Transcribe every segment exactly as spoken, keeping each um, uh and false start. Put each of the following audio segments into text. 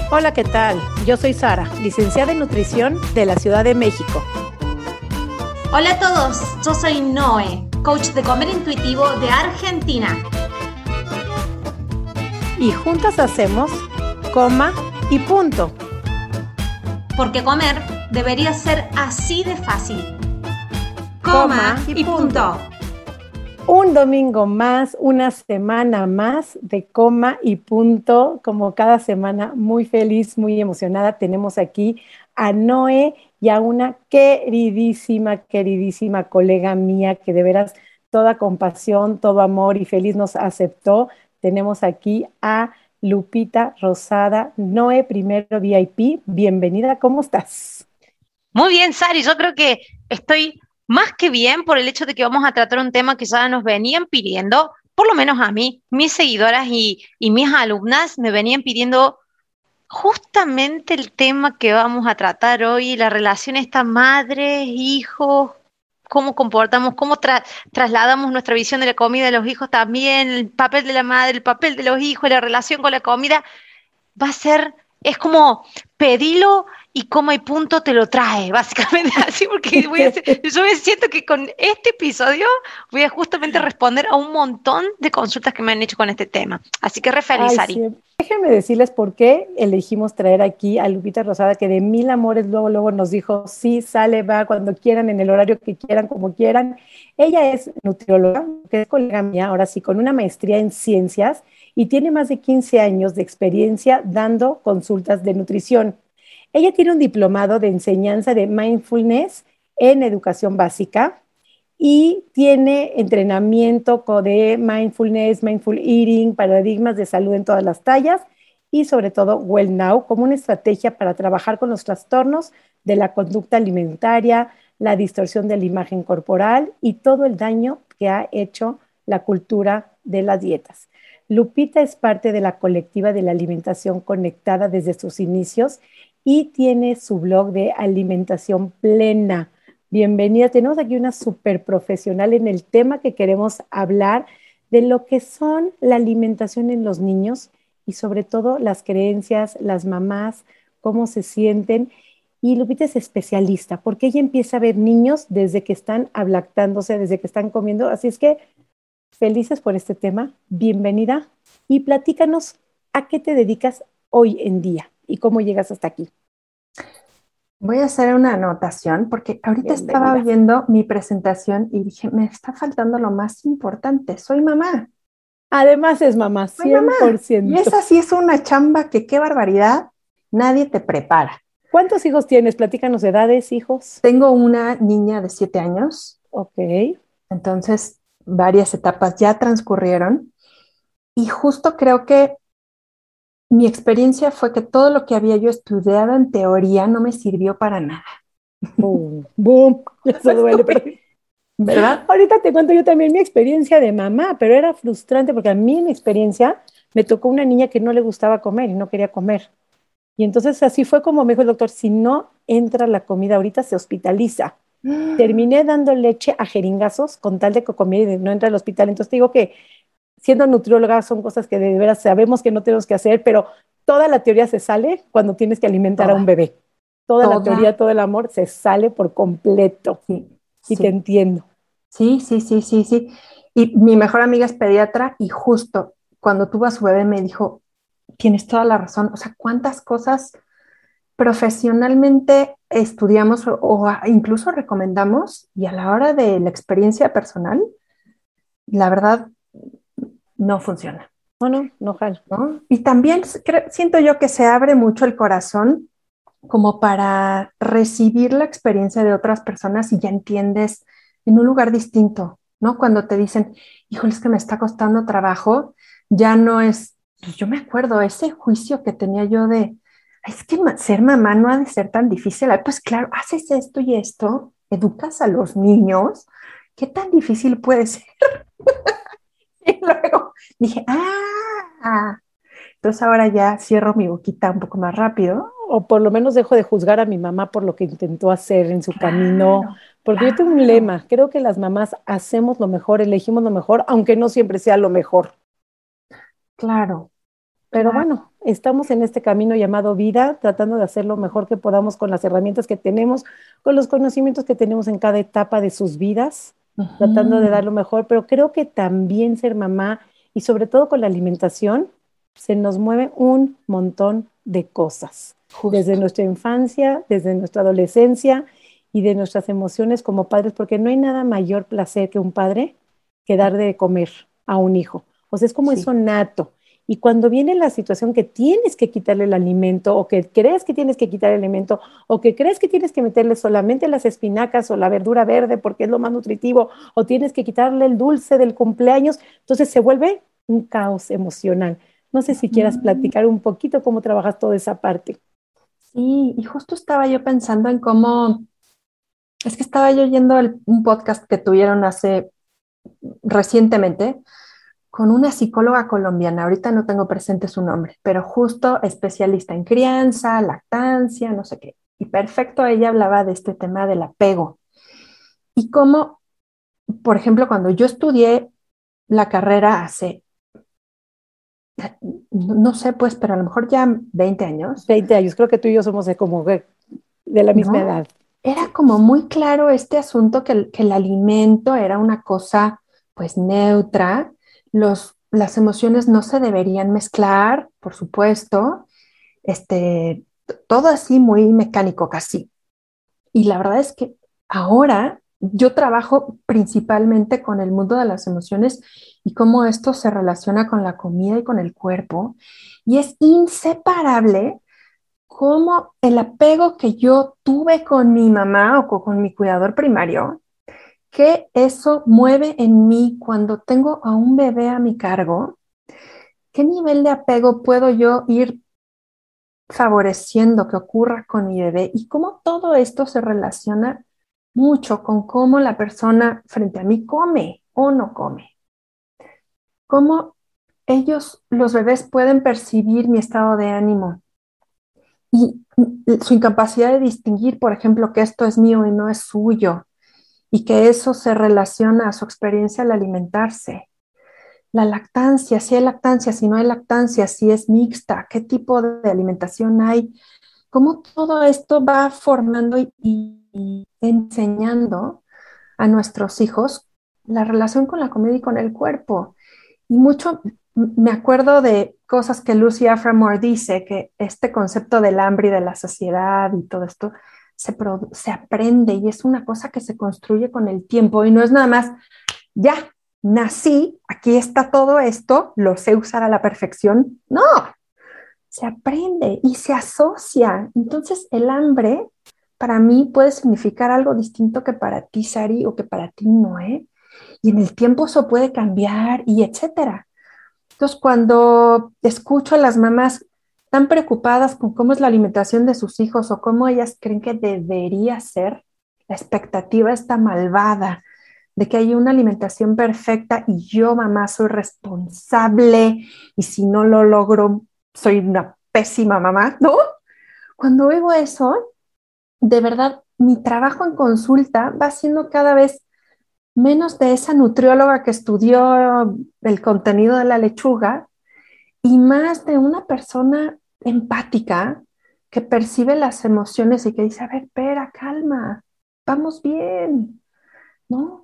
Hola, ¿qué tal? Yo soy Sara, licenciada en nutrición de la Ciudad de México. Hola a todos, yo soy Noé, coach de comer intuitivo de Argentina. Y juntas hacemos Coma y Punto. Porque comer debería ser así de fácil. Coma y punto. Un domingo más, una semana más de Coma y Punto. Como cada semana, muy feliz, muy emocionada. Tenemos aquí a Noé y a una queridísima, queridísima colega mía que de veras toda compasión, todo amor y feliz nos aceptó. Tenemos aquí a Lupita Rosada, Noé Primero V I P. Bienvenida, ¿cómo estás? Muy bien, Sari, yo creo que estoy más que bien por el hecho de que vamos a tratar un tema que ya nos venían pidiendo, por lo menos a mí, mis seguidoras y, y mis alumnas me venían pidiendo justamente el tema que vamos a tratar hoy, la relación esta madre, hijos, cómo comportamos, cómo tra- trasladamos nuestra visión de la comida de los hijos también, el papel de la madre, el papel de los hijos, la relación con la comida va a ser, es como pedilo y coma y punto te lo trae, básicamente así, porque voy a hacer- yo me siento que con este episodio voy a justamente responder a un montón de consultas que me han hecho con este tema. Así que re feliz, Ay, Ari. sí. Déjenme decirles por qué elegimos traer aquí a Lupita Rosada, que de mil amores luego, luego nos dijo, sí, sale, va, cuando quieran, en el horario que quieran, como quieran. Ella es nutrióloga, que es colega mía, ahora sí, con una maestría en ciencias y tiene más de quince años de experiencia dando consultas de nutrición. Ella tiene un diplomado de enseñanza de mindfulness en educación básica y tiene entrenamiento de mindfulness, mindful eating, paradigmas de salud en todas las tallas y sobre todo Well Now como una estrategia para trabajar con los trastornos de la conducta alimentaria, la distorsión de la imagen corporal y todo el daño que ha hecho la cultura de las dietas. Lupita es parte de la colectiva de la alimentación conectada desde sus inicios y tiene su blog de alimentación plena. Bienvenida, tenemos aquí una súper profesional en el tema que queremos hablar de lo que son la alimentación en los niños y sobre todo las creencias, las mamás, cómo se sienten. Y Lupita es especialista porque ella empieza a ver niños desde que están ablactándose, desde que están comiendo. Así es que felices por este tema, bienvenida y platícanos a qué te dedicas hoy en día y cómo llegas hasta aquí. Voy a hacer una anotación porque ahorita estaba Bienvenida. oyendo mi presentación y dije, me está faltando lo más importante, soy mamá, Además es mamá, soy mamá. cien por Y ciento. esa sí es una chamba que qué barbaridad, nadie te prepara. ¿Cuántos hijos tienes? Platícanos edades, hijos. Tengo una niña de siete años, Ok. entonces varias etapas ya transcurrieron y justo creo que mi experiencia fue que todo lo que había yo estudiado en teoría no me sirvió para nada. Boom, boom. Eso duele, pero... ¿Verdad? Ahorita te cuento yo también mi experiencia de mamá, pero era frustrante porque a mí en mi experiencia me tocó una niña que no le gustaba comer y no quería comer. Y entonces así fue como me dijo el doctor, si no entra la comida ahorita se hospitaliza. Terminé dando leche a jeringazos con tal de que comiera y no entra al hospital. Entonces te digo que siendo nutrióloga son cosas que de veras sabemos que no tenemos que hacer, pero toda la teoría se sale cuando tienes que alimentar Toda, a un bebé. Toda, toda la teoría, todo el amor se sale por completo. Sí, y sí. te entiendo. Sí, sí, sí, sí, sí. Y mi mejor amiga es pediatra y justo cuando tuvo a su bebé me dijo, tienes toda la razón, o sea, cuántas cosas profesionalmente estudiamos o, o incluso recomendamos y a la hora de la experiencia personal, la verdad, no funciona. No, no, no jalo. ¿No? Y también creo, siento yo que se abre mucho el corazón como para recibir la experiencia de otras personas y ya entiendes en un lugar distinto, ¿no? Cuando te dicen, híjole, es que me está costando trabajo, ya no es, pues yo me acuerdo ese juicio que tenía yo de, es que ser mamá no ha de ser tan difícil. Pues claro, haces esto y esto, educas a los niños, ¿qué tan difícil puede ser? Y luego dije, ah, entonces ahora ya cierro mi boquita un poco más rápido. O por lo menos dejo de juzgar a mi mamá por lo que intentó hacer en su Claro, camino, porque claro. yo tengo un lema, creo que las mamás hacemos lo mejor, elegimos lo mejor, aunque no siempre sea lo mejor. Claro, Pero Claro. bueno, estamos en este camino llamado vida, tratando de hacer lo mejor que podamos con las herramientas que tenemos, con los conocimientos que tenemos en cada etapa de sus vidas, tratando de Ujú. dar lo mejor, pero creo que también ser mamá y sobre todo con la alimentación, se nos mueve un montón de cosas, desde Justo. nuestra infancia, desde nuestra adolescencia y de nuestras emociones como padres, porque no hay nada mayor placer que un padre que dar de comer a un hijo. O sea, es como eso Sí. nato. Y cuando viene la situación que tienes que quitarle el alimento o que crees que tienes que quitar el alimento o que crees que tienes que meterle solamente las espinacas o la verdura verde porque es lo más nutritivo o tienes que quitarle el dulce del cumpleaños, entonces se vuelve un caos emocional. No sé si quieras Mm, platicar un poquito cómo trabajas toda esa parte. sí, y justo estaba yo pensando en cómo, es que estaba yo oyendo el- un podcast que tuvieron hace recientemente con una psicóloga colombiana, ahorita no tengo presente su nombre, pero justo especialista en crianza, lactancia, no sé qué. Y perfecto, ella hablaba de este tema del apego y cómo, por ejemplo, cuando yo estudié la carrera hace, no, no sé, pues, pero a lo mejor ya veinte años, Veinte años, creo que tú y yo somos de como de de la misma ¿no? edad. Era como muy claro este asunto que el, que el alimento era una cosa pues neutra, los, las emociones no se deberían mezclar, por supuesto, este, todo así muy mecánico casi. Y la verdad es que ahora yo trabajo principalmente con el mundo de las emociones y cómo esto se relaciona con la comida y con el cuerpo. Y es inseparable cómo el apego que yo tuve con mi mamá o con mi cuidador primario, que eso mueve en mí cuando tengo a un bebé a mi cargo, qué nivel de apego puedo yo ir favoreciendo que ocurra con mi bebé y cómo todo esto se relaciona mucho con cómo la persona frente a mí come o no come, cómo ellos, los bebés, pueden percibir mi estado de ánimo y su incapacidad de distinguir, por ejemplo, que esto es mío y no es suyo, y que eso se relaciona a su experiencia al alimentarse. La lactancia, si hay lactancia, si no hay lactancia, si es mixta, qué tipo de alimentación hay, cómo todo esto va formando y, y enseñando a nuestros hijos la relación con la comida y con el cuerpo. Y mucho me acuerdo de cosas que Lucy Aphramore dice, que este concepto del hambre y de la saciedad y todo esto se, se aprende y es una cosa que se construye con el tiempo y no es nada más, ya, nací, aquí está todo esto, lo sé usar a la perfección. No, se aprende y se asocia. Entonces el hambre para mí puede significar algo distinto que para ti, Sari, o que para ti, Noé. Y en el tiempo eso puede cambiar y etcétera. Entonces, cuando escucho a las mamás tan preocupadas con cómo es la alimentación de sus hijos o cómo ellas creen que debería ser, la expectativa está malvada de que hay una alimentación perfecta y yo, mamá, soy responsable y si no lo logro, soy una pésima mamá, ¿no? Cuando oigo eso, de verdad, mi trabajo en consulta va siendo cada vez menos de esa nutrióloga que estudió el contenido de la lechuga y más de una persona empática que percibe las emociones y que dice, a ver, espera, calma, vamos bien, ¿no?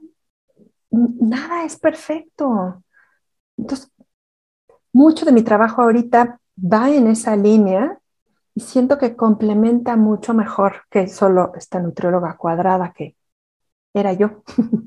Nada es perfecto. Entonces, mucho de mi trabajo ahorita va en esa línea y siento que complementa mucho mejor que solo esta nutrióloga cuadrada que era yo.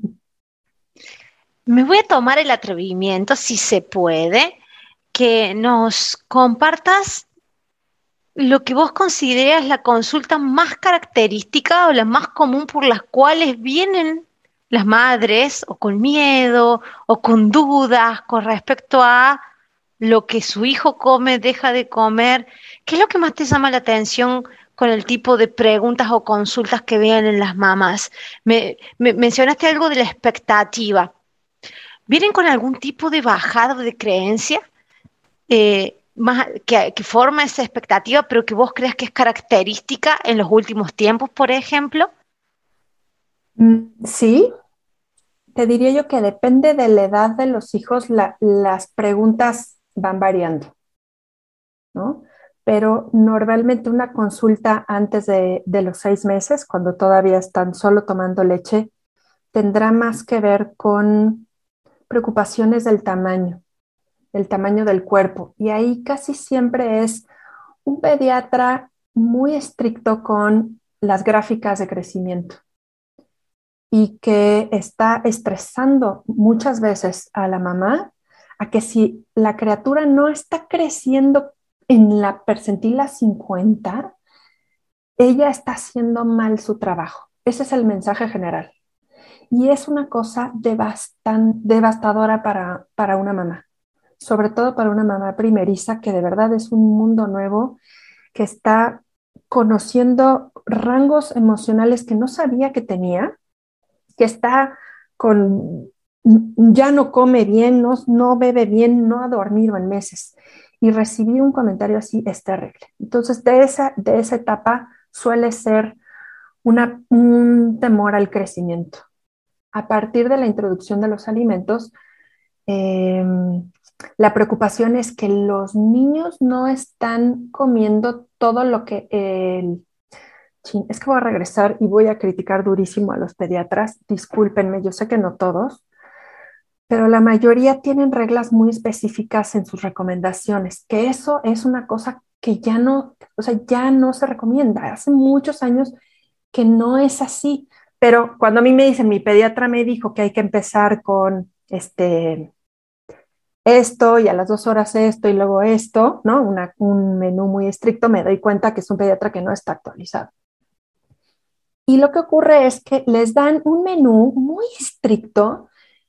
Me voy a tomar el atrevimiento, si se puede, que nos compartas lo que vos consideras la consulta más característica o la más común por las cuales vienen las madres o con miedo o con dudas con respecto a lo que su hijo come, deja de comer. ¿Qué es lo que más te llama la atención con el tipo de preguntas o consultas que vienen las mamás? Me, me- mencionaste algo de la expectativa. ¿Vienen con algún tipo de bajada de creencia eh, más, que, que forma esa expectativa, pero que vos creas que es característica en los últimos tiempos, por ejemplo? Mm, sí, te diría yo que depende de la edad de los hijos, la- las preguntas van variando. ¿no? Pero normalmente una consulta antes de, de los seis meses, cuando todavía están solo tomando leche, tendrá más que ver con preocupaciones del tamaño, el tamaño del cuerpo. Y ahí casi siempre es un pediatra muy estricto con las gráficas de crecimiento y que está estresando muchas veces a la mamá a que si la criatura no está creciendo en la percentila cincuenta, ella está haciendo mal su trabajo. Ese es el mensaje general. Y es una cosa devastan, devastadora para, para una mamá, sobre todo para una mamá primeriza, que de verdad es un mundo nuevo, que está conociendo rangos emocionales que no sabía que tenía, que está con, ya no come bien, no, no bebe bien, no ha dormido en meses. Y recibir un comentario así es terrible. Entonces, de esa, de esa etapa suele ser una, un temor al crecimiento. A partir de la introducción de los alimentos, eh, la preocupación es que los niños no están comiendo todo lo que el... Es que voy a regresar y voy a criticar durísimo a los pediatras. Discúlpenme, yo sé que no todos, pero la mayoría tienen reglas muy específicas en sus recomendaciones, que eso es una cosa que ya no, o sea, ya no se recomienda. Hace muchos años que no es así. Pero cuando a mí me dicen, mi pediatra me dijo que hay que empezar con este, esto y a las dos horas esto y luego esto, ¿no? Una, un menú muy estricto, me doy cuenta que es un pediatra que no está actualizado. Y lo que ocurre es que les dan un menú muy estricto,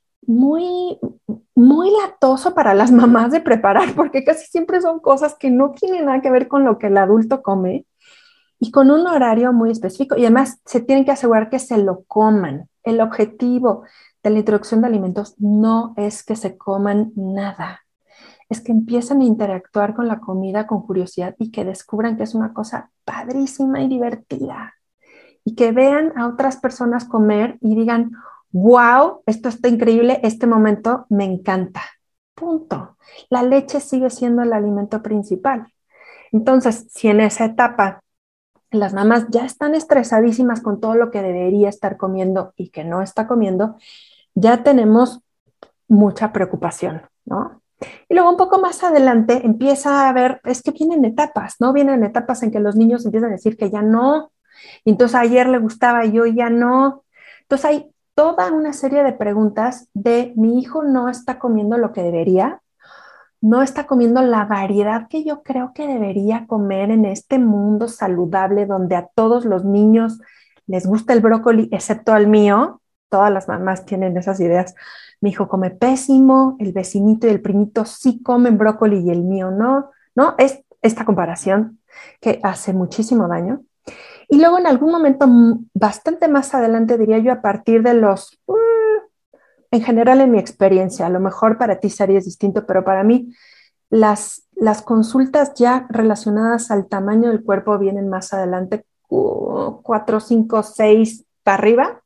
muy, muy latoso para las mamás de preparar, porque casi siempre son cosas que no tienen nada que ver con lo que el adulto come y con un horario muy específico. Y además se tienen que asegurar que se lo coman. El objetivo de la introducción de alimentos no es que se coman nada, es que empiezan a interactuar con la comida con curiosidad y que descubran que es una cosa padrísima y divertida. Y que vean a otras personas comer y digan, wow, esto está increíble, este momento me encanta. Punto. La leche sigue siendo el alimento principal. Entonces, si en esa etapa las mamás ya están estresadísimas con todo lo que debería estar comiendo y que no está comiendo, ya tenemos mucha preocupación, ¿no? Y luego un poco más adelante empieza a ver, es que vienen etapas, ¿no? Vienen etapas en que los niños empiezan a decir que ya no, y entonces ayer le gustaba y hoy ya no. Entonces hay toda una serie de preguntas de mi hijo no está comiendo lo que debería, no está comiendo la variedad que yo creo que debería comer en este mundo saludable donde a todos los niños les gusta el brócoli, excepto al mío. Todas las mamás tienen esas ideas. Mi hijo come pésimo, el vecinito y el primito sí comen brócoli y el mío no. No, es esta comparación que hace muchísimo daño. Y luego en algún momento bastante más adelante, diría yo, a partir de los... Uh, en general en mi experiencia, a lo mejor para ti sería distinto, pero para mí las, las consultas ya relacionadas al tamaño del cuerpo vienen más adelante, cuatro, cinco, seis para arriba,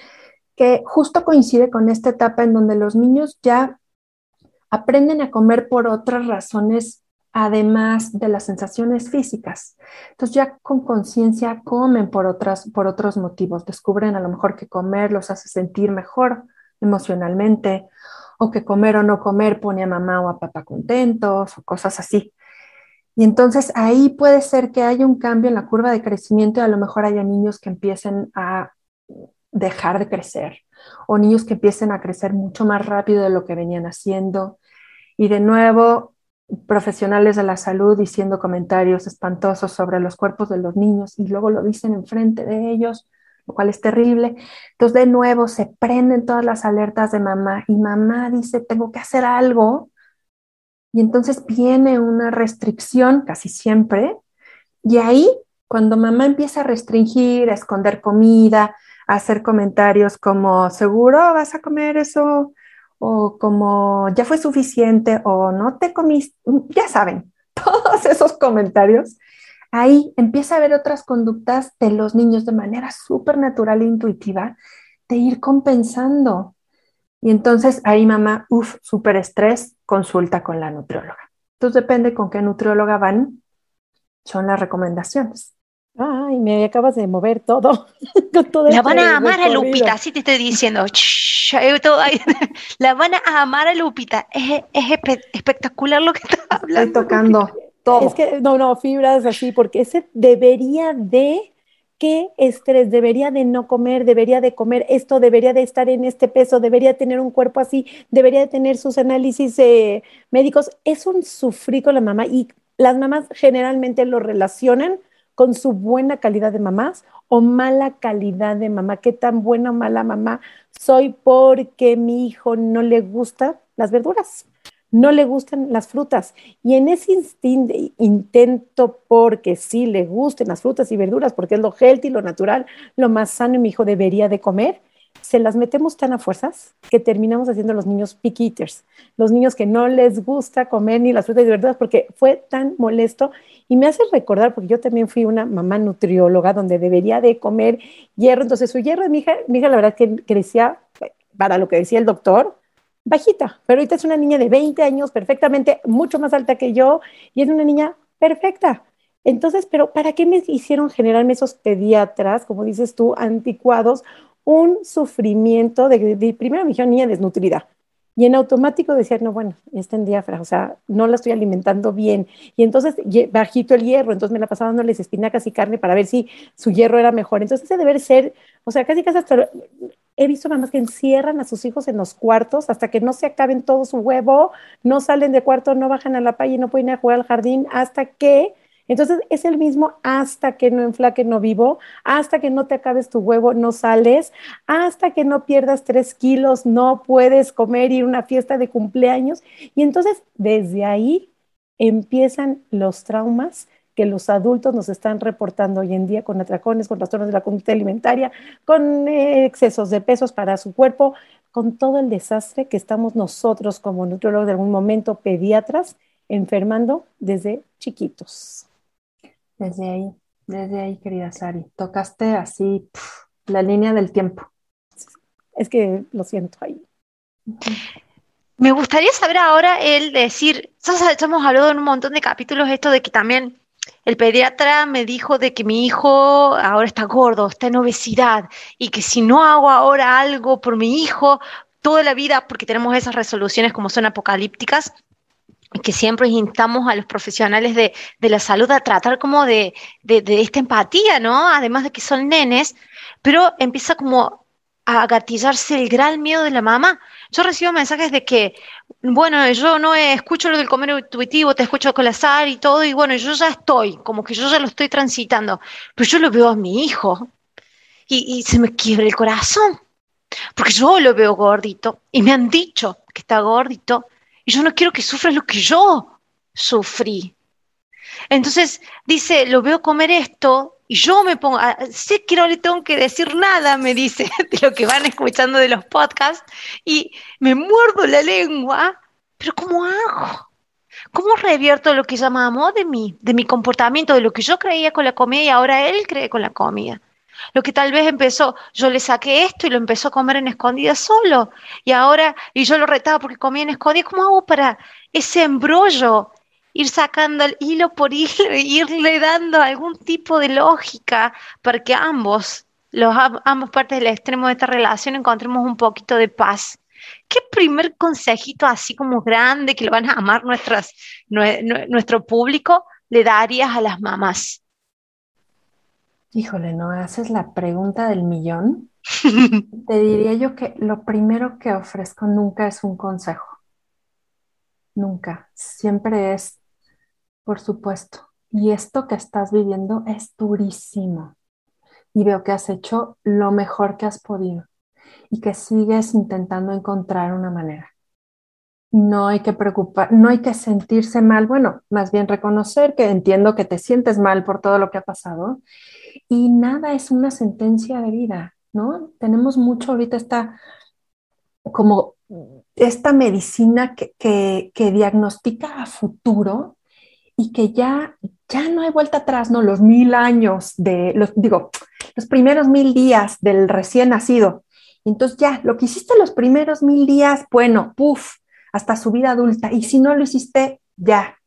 que justo coincide con esta etapa en donde los niños ya aprenden a comer por otras razones, además de las sensaciones físicas. Entonces ya con conciencia comen por, otras, por otros motivos, descubren a lo mejor que comer los hace sentir mejor emocionalmente, o que comer o no comer pone a mamá o a papá contentos, o cosas así. Y entonces ahí puede ser que haya un cambio en la curva de crecimiento y a lo mejor haya niños que empiecen a dejar de crecer, o niños que empiecen a crecer mucho más rápido de lo que venían haciendo. Y de nuevo, profesionales de la salud diciendo comentarios espantosos sobre los cuerpos de los niños y luego lo dicen enfrente de ellos, lo cual es terrible. Entonces, de nuevo, se prenden todas las alertas de mamá y mamá dice, tengo que hacer algo. Y entonces viene una restricción casi siempre. Y ahí, cuando mamá empieza a restringir, a esconder comida, a hacer comentarios como, ¿seguro vas a comer eso? O como, ya fue suficiente, o no te comiste, ya saben, todos esos comentarios. Ahí empieza a haber otras conductas de los niños de manera súper natural e intuitiva de ir compensando. Y entonces ahí mamá, uff, súper estrés, consulta con la nutrióloga. Entonces depende con qué nutrióloga van, son las recomendaciones. Ay, me acabas de mover todo, con todo La este van a amar a recorrido. Lupita, así te estoy diciendo. Shh, eh, todo ahí. La van a amar a Lupita. Es, es espe- espectacular lo que estás Estoy hablando, tocando Lupita. todo. Es que, no, no, fibras así, porque ese debería de, qué estrés, debería de no comer, debería de comer esto, debería de estar en este peso, debería tener un cuerpo así, debería de tener sus análisis eh, médicos. Es un sufrir con la mamá y las mamás generalmente lo relacionan con su buena calidad de mamás o mala calidad de mamá. ¿Qué tan buena o mala mamá soy porque mi hijo no le gustan las verduras? No le gustan las frutas. Y en ese instin- intento porque sí le gusten las frutas y verduras, porque es lo healthy, lo natural, lo más sano y mi hijo debería de comer, se las metemos tan a fuerzas que terminamos haciendo los niños picky eaters, los niños que no les gusta comer ni las frutas y verduras porque fue tan molesto. Y me hace recordar, porque yo también fui una mamá nutrióloga donde debería de comer hierro, entonces su hierro de mi hija, mi hija la verdad que crecía para lo que decía el doctor, bajita, pero ahorita es una niña de veinte años, perfectamente, mucho más alta que yo, y es una niña perfecta. Entonces, pero ¿para qué me hicieron generarme esos pediatras, como dices tú, anticuados, un sufrimiento de, de primero me dijeron niña desnutrida, y en automático decía, no, bueno, está en diafra, o sea, no la estoy alimentando bien, y entonces bajito el hierro, entonces me la pasaba dándoles espinacas y carne para ver si su hierro era mejor, entonces ese debe ser, o sea, casi casi hasta he visto mamás que encierran a sus hijos en los cuartos hasta que no se acaben todo su huevo, no salen de cuarto, no bajan a la calle, no pueden ir a jugar al jardín hasta que, entonces es el mismo hasta que no enflaque, no vivo, hasta que no te acabes tu huevo, no sales, hasta que no pierdas tres kilos, no puedes comer, ir a una fiesta de cumpleaños. Y entonces desde ahí empiezan los traumas que los adultos nos están reportando hoy en día con atracones, con trastornos de la conducta alimentaria, con eh, excesos de pesos para su cuerpo, con todo el desastre que estamos nosotros como nutriólogos de algún momento, pediatras, enfermando desde chiquitos. Desde ahí, desde ahí, querida Sari, tocaste así pf, la línea del tiempo. Es que lo siento ahí. Me gustaría saber ahora el decir, ya ya hemos hablado en un montón de capítulos esto de que también el pediatra me dijo de que mi hijo ahora está gordo, está en obesidad y que si no hago ahora algo por mi hijo, toda la vida, porque tenemos esas resoluciones como son apocalípticas, y que siempre instamos a los profesionales de, de la salud a tratar como de, de, de esta empatía, ¿no? Además de que son nenes, pero empieza como a gatillarse el gran miedo de la mamá. Yo recibo mensajes de que, bueno, yo no escucho lo del comer intuitivo, te escucho con la Sara y todo, y bueno, yo ya estoy, como que yo ya lo estoy transitando, pero yo lo veo a mi hijo y, y se me quiebra el corazón, porque yo lo veo gordito y me han dicho que está gordito y yo no quiero que sufra lo que yo sufrí. Entonces dice, lo veo comer esto y yo me pongo, ah, sé que no le tengo que decir nada, me dice, de lo que van escuchando de los podcasts, y me muerdo la lengua, pero ¿cómo hago? ¿Cómo revierto lo que ella me amó de mí, de mi comportamiento, de lo que yo creía con la comida y ahora él cree con la comida? Lo que tal vez empezó, yo le saqué esto y lo empezó a comer en escondidas solo, y ahora, y yo lo retaba porque comía en escondidas, ¿cómo hago para ese embrollo? Ir sacando el hilo por hilo, e irle dando algún tipo de lógica para que ambos, los, ambas partes del extremo de esta relación encontremos un poquito de paz. ¿Qué primer consejito así como grande que lo van a amar nuestras, nue- nuestro público le darías a las mamás? Híjole, ¿no haces la pregunta del millón? Te diría yo que lo primero que ofrezco nunca es un consejo, nunca. Siempre es, por supuesto, y esto que estás viviendo es durísimo. Y veo que has hecho lo mejor que has podido y que sigues intentando encontrar una manera. No hay que preocupar, no hay que sentirse mal, bueno, más bien reconocer que entiendo que te sientes mal por todo lo que ha pasado y nada es una sentencia de vida, ¿no? Tenemos mucho ahorita esta, como esta medicina que, que, que diagnostica a futuro y que ya, ya no hay vuelta atrás, ¿no? Los mil años de, los, digo, los primeros mil días del recién nacido. Entonces ya, lo que hiciste los primeros mil días, bueno, puf, hasta su vida adulta. Y si no lo hiciste, ya,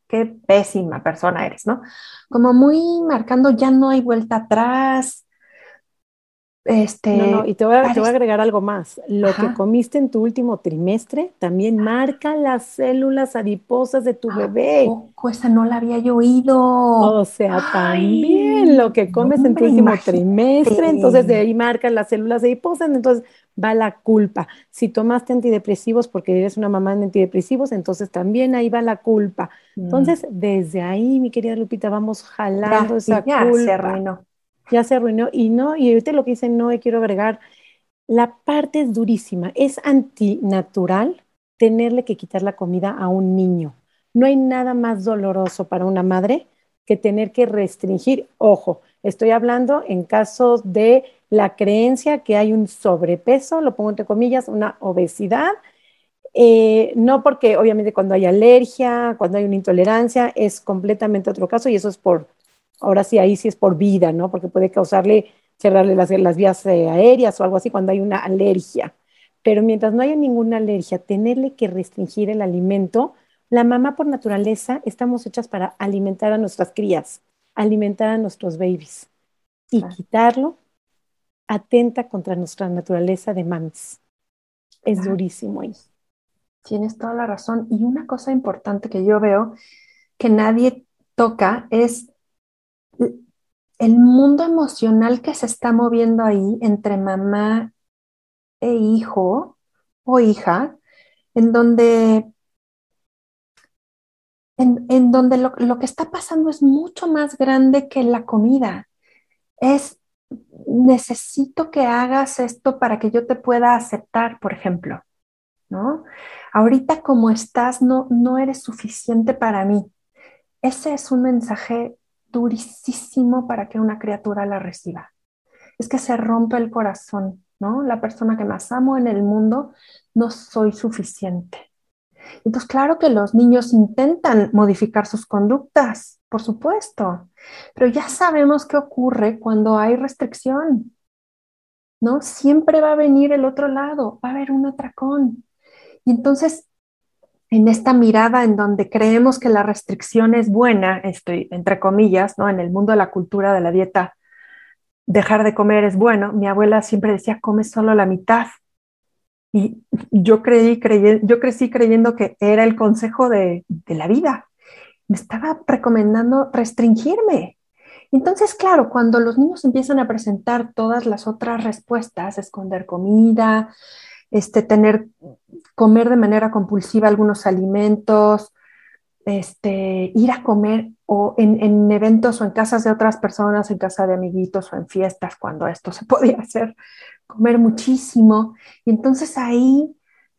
qué pésima persona eres, ¿no? Como muy marcando, ya no hay vuelta atrás. No, no, Este, y te voy a, te voy a parece, agregar algo más. Lo que ajá, comiste en tu último trimestre también marca las células adiposas de tu ¿a bebé. poco esa no la había yo oído? O sea, también lo Ay, que no, comes en tu hombre, último trimestre, entonces de imagínate. ahí marcan las células adiposas, entonces va la culpa. Si tomaste antidepresivos porque eres una mamá de antidepresivos, entonces también ahí va la culpa. Mm, Entonces, desde ahí, mi querida Lupita, vamos jalando ya, y esa ya se culpa. arruinó. Ya se arruinó. Y no, y ahorita lo que dice no, quiero agregar, la parte es durísima, es antinatural tenerle que quitar la comida a un niño. No hay nada más doloroso para una madre que tener que restringir. Ojo, estoy hablando en casos de la creencia que hay un sobrepeso, lo pongo entre comillas, una obesidad. Eh, no porque obviamente cuando hay alergia, cuando hay una intolerancia, es completamente otro caso y eso es por, ahora sí, ahí sí es por vida, ¿no? Porque puede causarle, cerrarle las, las vías eh, aéreas o algo así cuando hay una alergia. Pero mientras no haya ninguna alergia, tenerle que restringir el alimento, la mamá por naturaleza estamos hechas para alimentar a nuestras crías, alimentar a nuestros babies y Claro, quitarlo atenta contra nuestra naturaleza de mamis. Es claro. durísimo ahí. Tienes toda la razón. Y una cosa importante que yo veo que nadie toca es el mundo emocional que se está moviendo ahí entre mamá e hijo o hija, en donde, en, en donde lo, lo que está pasando es mucho más grande que la comida. Es, necesito que hagas esto para que yo te pueda aceptar, por ejemplo, ¿no? Ahorita como estás, no, no eres suficiente para mí. Ese es un mensaje durísimo para que una criatura la reciba. Es que se rompe el corazón, ¿no? La persona que más amo en el mundo, no soy suficiente. Entonces, claro que los niños intentan modificar sus conductas, por supuesto, pero ya sabemos qué ocurre cuando hay restricción, ¿no? Siempre va a venir el otro lado, va a haber un atracón. Y entonces, en esta mirada en donde creemos que la restricción es buena, estoy entre comillas, ¿no? En el mundo de la cultura de la dieta, dejar de comer es bueno. Mi abuela siempre decía, come solo la mitad. Y yo creí, creyé, yo crecí creyendo que era el consejo de, de la vida. Me estaba recomendando restringirme. Entonces, claro, cuando los niños empiezan a presentar todas las otras respuestas, esconder comida, este, tener, comer de manera compulsiva algunos alimentos, este, ir a comer o en, en eventos o en casas de otras personas, en casa de amiguitos o en fiestas, cuando esto se podía hacer, comer muchísimo. Y entonces ahí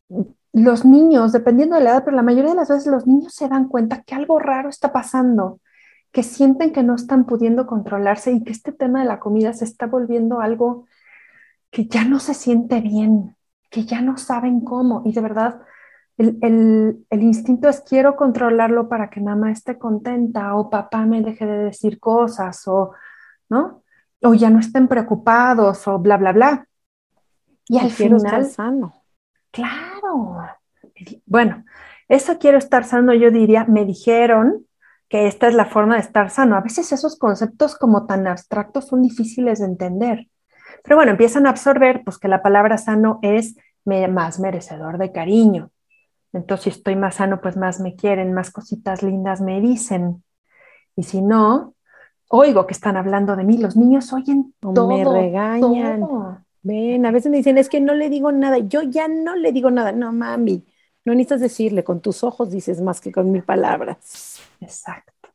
los niños, dependiendo de la edad, pero la mayoría de las veces los niños se dan cuenta que algo raro está pasando, que sienten que no están pudiendo controlarse y que este tema de la comida se está volviendo algo que ya no se siente bien, que ya no saben cómo. Y de verdad, el, el, el instinto es quiero controlarlo para que mamá esté contenta o papá me deje de decir cosas o, ¿no? O ya no estén preocupados o bla, bla, bla. Y O al quiero estar final, sano. claro, bueno, eso quiero estar sano, yo diría, me dijeron que esta es la forma de estar sano. A veces esos conceptos como tan abstractos son difíciles de entender. Pero bueno, empiezan a absorber pues que la palabra sano es me- más merecedor de cariño. Entonces, si estoy más sano, pues más me quieren, más cositas lindas me dicen. Y si no, oigo que están hablando de mí. Los niños oyen O me todo, regañan. todo. Ven, a veces me dicen, es que no le digo nada. Yo ya no le digo nada. No, mami, no necesitas decirle, con tus ojos dices más que con mil palabras. Exacto.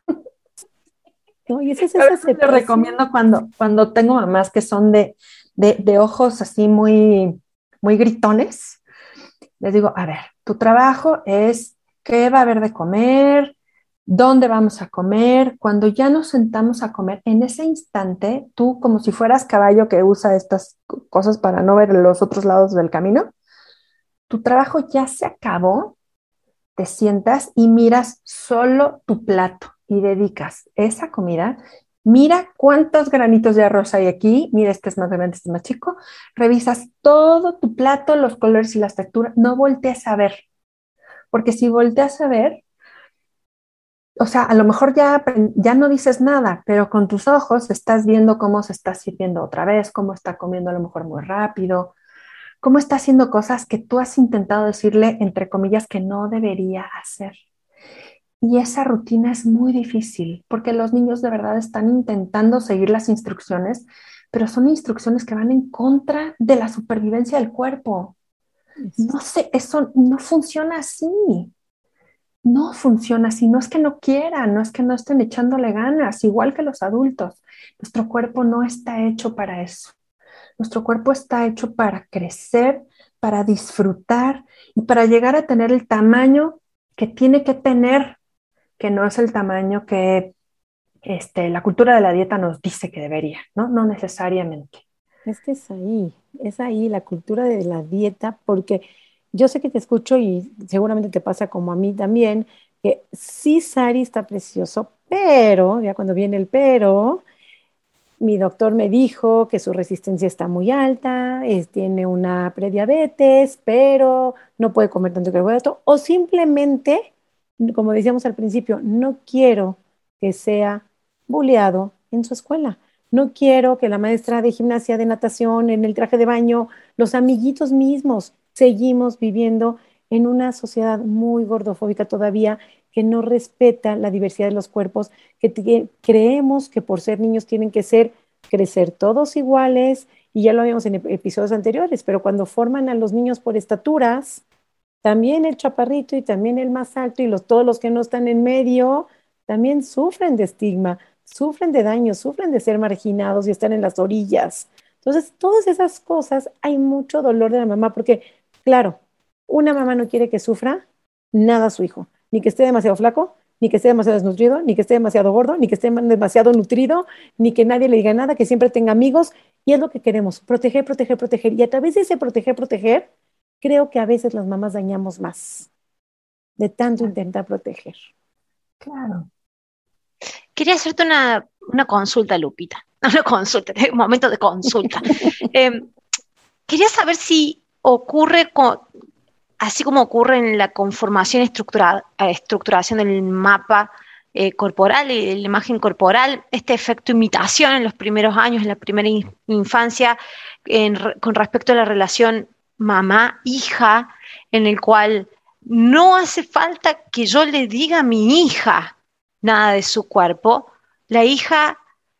¿No? Y esa es A esa veces les aceptación. recomiendo cuando, cuando tengo mamás que son de, de, de ojos así muy, muy gritones, les digo, a ver, tu trabajo es qué va a haber de comer, dónde vamos a comer. Cuando ya nos sentamos a comer, en ese instante, tú como si fueras caballo que usa estas cosas para no ver los otros lados del camino, tu trabajo ya se acabó, te sientas y miras solo tu plato y dedicas esa comida. Mira cuántos granitos de arroz hay aquí. Mira, este es más grande, este es más chico. Revisas todo tu plato, los colores y las texturas. No voltees a ver, porque si volteas a ver, o sea, a lo mejor ya, ya no dices nada, pero con tus ojos estás viendo cómo se está sirviendo otra vez, cómo está comiendo a lo mejor muy rápido, cómo está haciendo cosas que tú has intentado decirle, entre comillas, que no debería hacer. Y esa rutina es muy difícil porque los niños de verdad están intentando seguir las instrucciones, pero son instrucciones que van en contra de la supervivencia del cuerpo. No sé, eso no funciona así. No funciona así. No es que no quieran, no es que no estén echándole ganas, igual que los adultos. Nuestro cuerpo no está hecho para eso. Nuestro cuerpo está hecho para crecer, para disfrutar y para llegar a tener el tamaño que tiene que tener, que no es el tamaño que este, la cultura de la dieta nos dice que debería, ¿no? No necesariamente. Es que es ahí, es ahí la cultura de la dieta, porque yo sé que te escucho y seguramente te pasa como a mí también, que sí, Sari está precioso, pero, ya cuando viene el pero, mi doctor me dijo que su resistencia está muy alta, es, tiene una prediabetes, pero no puede comer tanto carbohidrato, o simplemente, como decíamos al principio, no quiero que sea bulleado en su escuela. No quiero que la maestra de gimnasia, de natación, en el traje de baño, los amiguitos mismos, seguimos viviendo en una sociedad muy gordofóbica todavía que no respeta la diversidad de los cuerpos, que, que creemos que por ser niños tienen que ser, crecer todos iguales, y ya lo habíamos en episodios anteriores, pero cuando forman a los niños por estaturas, también el chaparrito y también el más alto y los, todos los que no están en medio, también sufren de estigma, sufren de daño, sufren de ser marginados y están en las orillas. Entonces, todas esas cosas, hay mucho dolor de la mamá, porque, claro, una mamá no quiere que sufra nada a su hijo, ni que esté demasiado flaco, ni que esté demasiado desnutrido, ni que esté demasiado gordo, ni que esté demasiado nutrido, ni que nadie le diga nada, que siempre tenga amigos, y es lo que queremos, proteger, proteger, proteger. Y a través de ese proteger, proteger, creo que a veces las mamás dañamos más de tanto intentar proteger. Claro. Quería hacerte una, una consulta, Lupita. No, una consulta, un momento de consulta. eh, quería saber si ocurre, con, así como ocurre en la conformación, estructura, estructuración del mapa eh, corporal y la imagen corporal, este efecto imitación en los primeros años, en la primera in, infancia, en, con respecto a la relación mamá-hija, en el cual no hace falta que yo le diga a mi hija nada de su cuerpo, la hija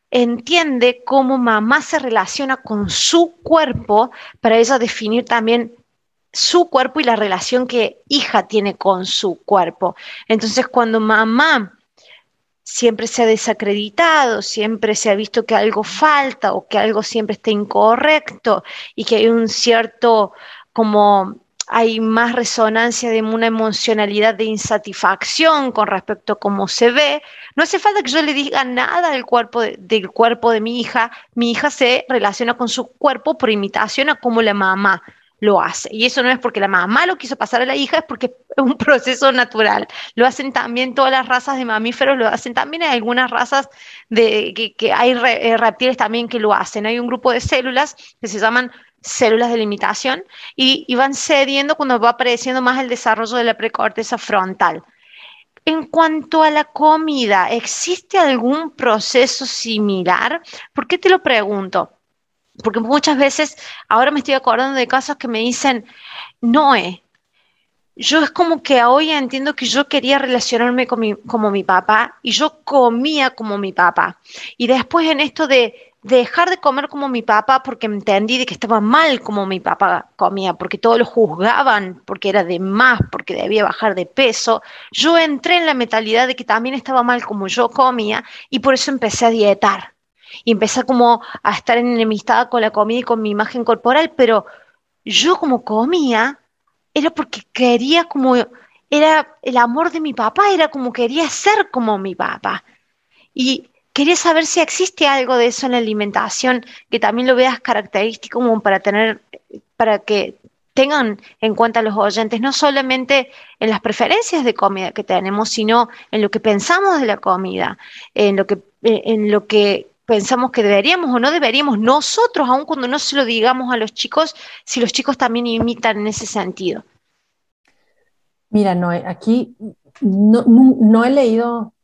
entiende cómo mamá se relaciona con su cuerpo para ella definir también su cuerpo y la relación que hija tiene con su cuerpo. Entonces, cuando mamá siempre se ha desacreditado, siempre se ha visto que algo falta o que algo siempre está incorrecto y que hay un cierto como hay más resonancia de una emocionalidad de insatisfacción con respecto a cómo se ve. No hace falta que yo le diga nada del cuerpo de, del cuerpo de mi hija. Mi hija se relaciona con su cuerpo por imitación a cómo la mamá lo hace. Y eso no es porque la mamá lo quiso pasar a la hija, es porque es un proceso natural. Lo hacen también todas las razas de mamíferos, lo hacen también hay algunas razas de que, que hay re, reptiles también que lo hacen. Hay un grupo de células que se llaman células de limitación y, y van cediendo cuando va apareciendo más el desarrollo de la precorteza frontal. En cuanto a la comida, ¿existe algún proceso similar? ¿Por qué te lo pregunto? Porque muchas veces, ahora me estoy acordando de casos que me dicen, Noé, yo es como que hoy entiendo que yo quería relacionarme con mi, como mi papá y yo comía como mi papá. Y después en esto de, de dejar de comer como mi papá porque entendí de que estaba mal como mi papá comía, porque todos lo juzgaban, porque era de más, porque debía bajar de peso, yo entré en la mentalidad de que también estaba mal como yo comía y por eso empecé a dietar. Y empecé como a estar enemistada con la comida y con mi imagen corporal, pero yo como comía era porque quería como, era el amor de mi papá, era como quería ser como mi papá. Y quería saber si existe algo de eso en la alimentación, que también lo veas característico como para tener, para que tengan en cuenta los oyentes, no solamente en las preferencias de comida que tenemos, sino en lo que pensamos de la comida, en lo que, en lo que pensamos que deberíamos o no deberíamos nosotros, aun cuando no se lo digamos a los chicos, si los chicos también imitan en ese sentido. Mira, Noé, aquí no, no, no he leído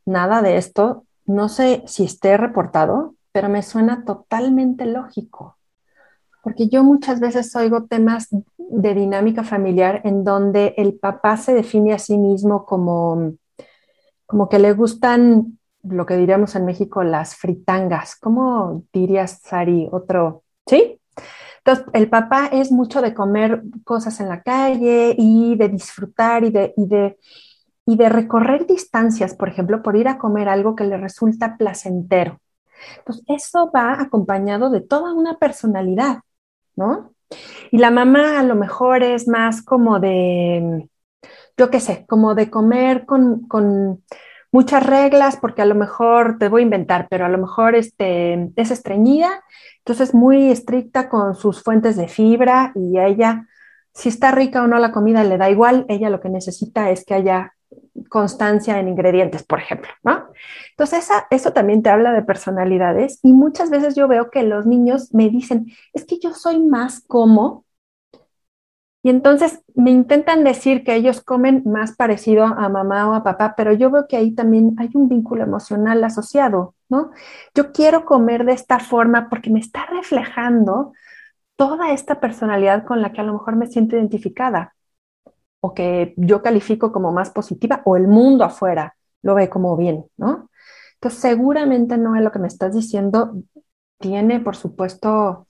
nada de esto, no sé si esté reportado, pero me suena totalmente lógico. Porque yo muchas veces oigo temas de dinámica familiar en donde el papá se define a sí mismo como, como que le gustan lo que diríamos en México, las fritangas. ¿Cómo dirías, Sari? Otro, ¿sí? Entonces, el papá es mucho de comer cosas en la calle y de disfrutar y de, y de, y de recorrer distancias, por ejemplo, por ir a comer algo que le resulta placentero. Entonces, eso va acompañado de toda una personalidad, ¿no? Y la mamá a lo mejor es más como de, yo qué sé, como de comer con, con muchas reglas, porque a lo mejor te voy a inventar, pero a lo mejor este, es estreñida, entonces muy estricta con sus fuentes de fibra y a ella, si está rica o no la comida, le da igual, ella lo que necesita es que haya constancia en ingredientes, por ejemplo, ¿no? Entonces, esa, eso también te habla de personalidades y muchas veces yo veo que los niños me dicen, es que yo soy más como, y entonces me intentan decir que ellos comen más parecido a mamá o a papá, pero yo veo que ahí también hay un vínculo emocional asociado, ¿no? Yo quiero comer de esta forma porque me está reflejando toda esta personalidad con la que a lo mejor me siento identificada o que yo califico como más positiva o el mundo afuera lo ve como bien, ¿no? Entonces seguramente no es lo que me estás diciendo, tiene por supuesto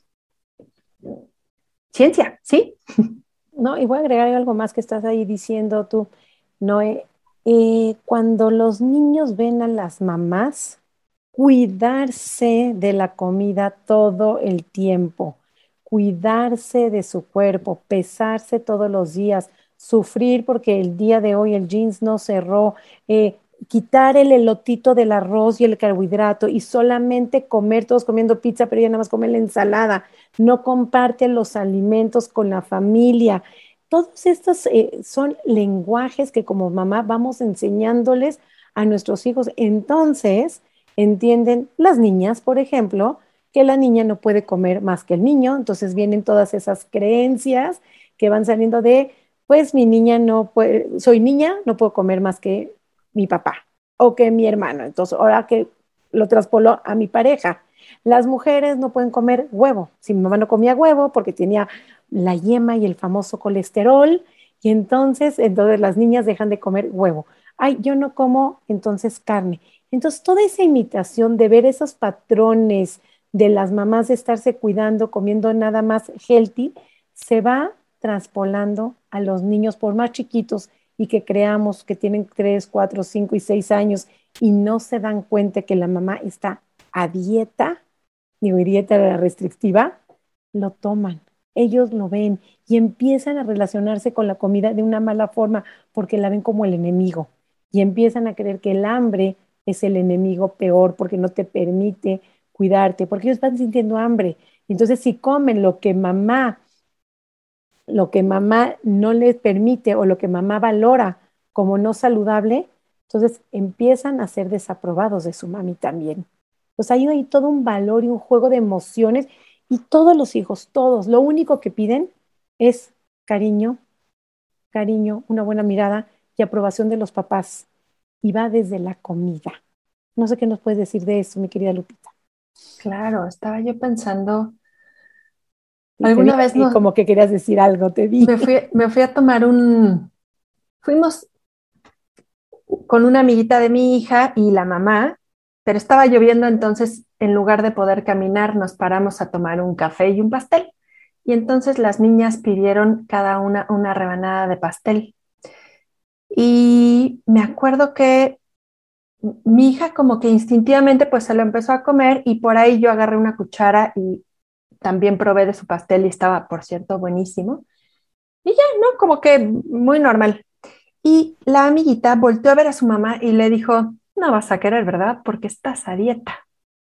ciencia, ¿sí? No, y voy a agregar algo más que estás ahí diciendo tú, Noé. Eh, cuando los niños ven a las mamás cuidarse de la comida todo el tiempo, cuidarse de su cuerpo, pesarse todos los días, sufrir porque el día de hoy el jeans no cerró, eh, quitar el elotito del arroz y el carbohidrato y solamente comer, todos comiendo pizza, pero ella nada más come la ensalada, no comparte los alimentos con la familia. Todos estos eh, son lenguajes que como mamá vamos enseñándoles a nuestros hijos. Entonces, entienden las niñas, por ejemplo, que la niña no puede comer más que el niño. Entonces vienen todas esas creencias que van saliendo de, pues mi niña no puede, soy niña, no puedo comer más que mi papá o que mi hermano. Entonces, ahora que lo traspoló a mi pareja. Las mujeres no pueden comer huevo. Si mi mamá no comía huevo porque tenía la yema y el famoso colesterol, y entonces, entonces las niñas dejan de comer huevo. Ay, yo no como entonces carne. Entonces, toda esa imitación de ver esos patrones de las mamás de estarse cuidando, comiendo nada más healthy, se va traspolando a los niños, por más chiquitos y que creamos que tienen tres, cuatro, cinco y seis años y no se dan cuenta que la mamá está a dieta, digo, dieta restrictiva, lo toman, ellos lo ven y empiezan a relacionarse con la comida de una mala forma porque la ven como el enemigo y empiezan a creer que el hambre es el enemigo peor porque no te permite cuidarte, porque ellos van sintiendo hambre. Entonces, si comen lo que mamá, lo que mamá no les permite o lo que mamá valora como no saludable, entonces empiezan a ser desaprobados de su mami también. Pues ahí hay todo un valor y un juego de emociones y todos los hijos, todos, lo único que piden es cariño, cariño, una buena mirada y aprobación de los papás. Y va desde la comida. No sé qué nos puedes decir de eso, mi querida Lupita. Claro, estaba yo pensando, Y te vi alguna vez así no, como que querías decir algo, te vi. me fui, me fui a tomar un, fuimos con una amiguita de mi hija y la mamá, pero estaba lloviendo, entonces en lugar de poder caminar, nos paramos a tomar un café y un pastel. Y entonces las niñas pidieron cada una una rebanada de pastel. Y me acuerdo que mi hija como que instintivamente pues se lo empezó a comer y por ahí yo agarré una cuchara y también probé de su pastel y estaba, por cierto, buenísimo. Y ya, ¿no? Como que muy normal. Y la amiguita volteó a ver a su mamá y le dijo, no vas a querer, ¿verdad? Porque estás a dieta.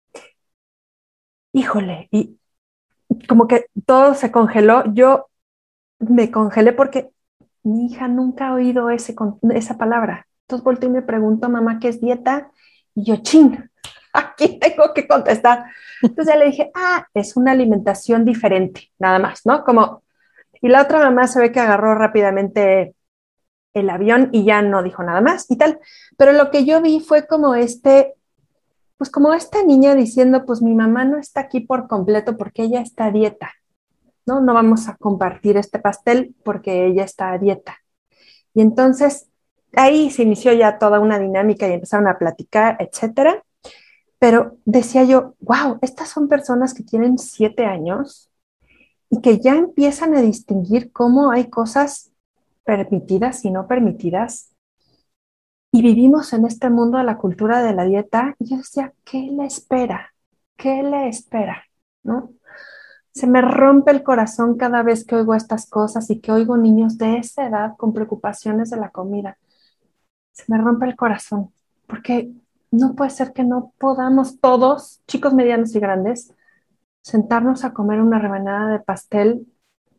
Híjole, y como que todo se congeló. Yo me congelé porque mi hija nunca ha oído ese, esa palabra. Entonces volteé y me preguntó, mamá, ¿qué es dieta? Y yo, chin, aquí tengo que contestar. Entonces ya le dije, ah, es una alimentación diferente, nada más, ¿no? Como, y la otra mamá se ve que agarró rápidamente el avión y ya no dijo nada más y tal. Pero lo que yo vi fue como este, pues como esta niña diciendo, pues mi mamá no está aquí por completo porque ella está a dieta, ¿no? No vamos a compartir este pastel porque ella está a dieta. Y entonces ahí se inició ya toda una dinámica y empezaron a platicar, etcétera. Pero decía yo, wow, estas son personas que tienen siete años y que ya empiezan a distinguir cómo hay cosas permitidas y no permitidas. Y vivimos en este mundo de la cultura de la dieta y yo decía, ¿qué le espera? ¿Qué le espera? ¿No? Se me rompe el corazón cada vez que oigo estas cosas y que oigo niños de esa edad con preocupaciones de la comida. Se me rompe el corazón porque no puede ser que no podamos todos, chicos, medianos y grandes, sentarnos a comer una rebanada de pastel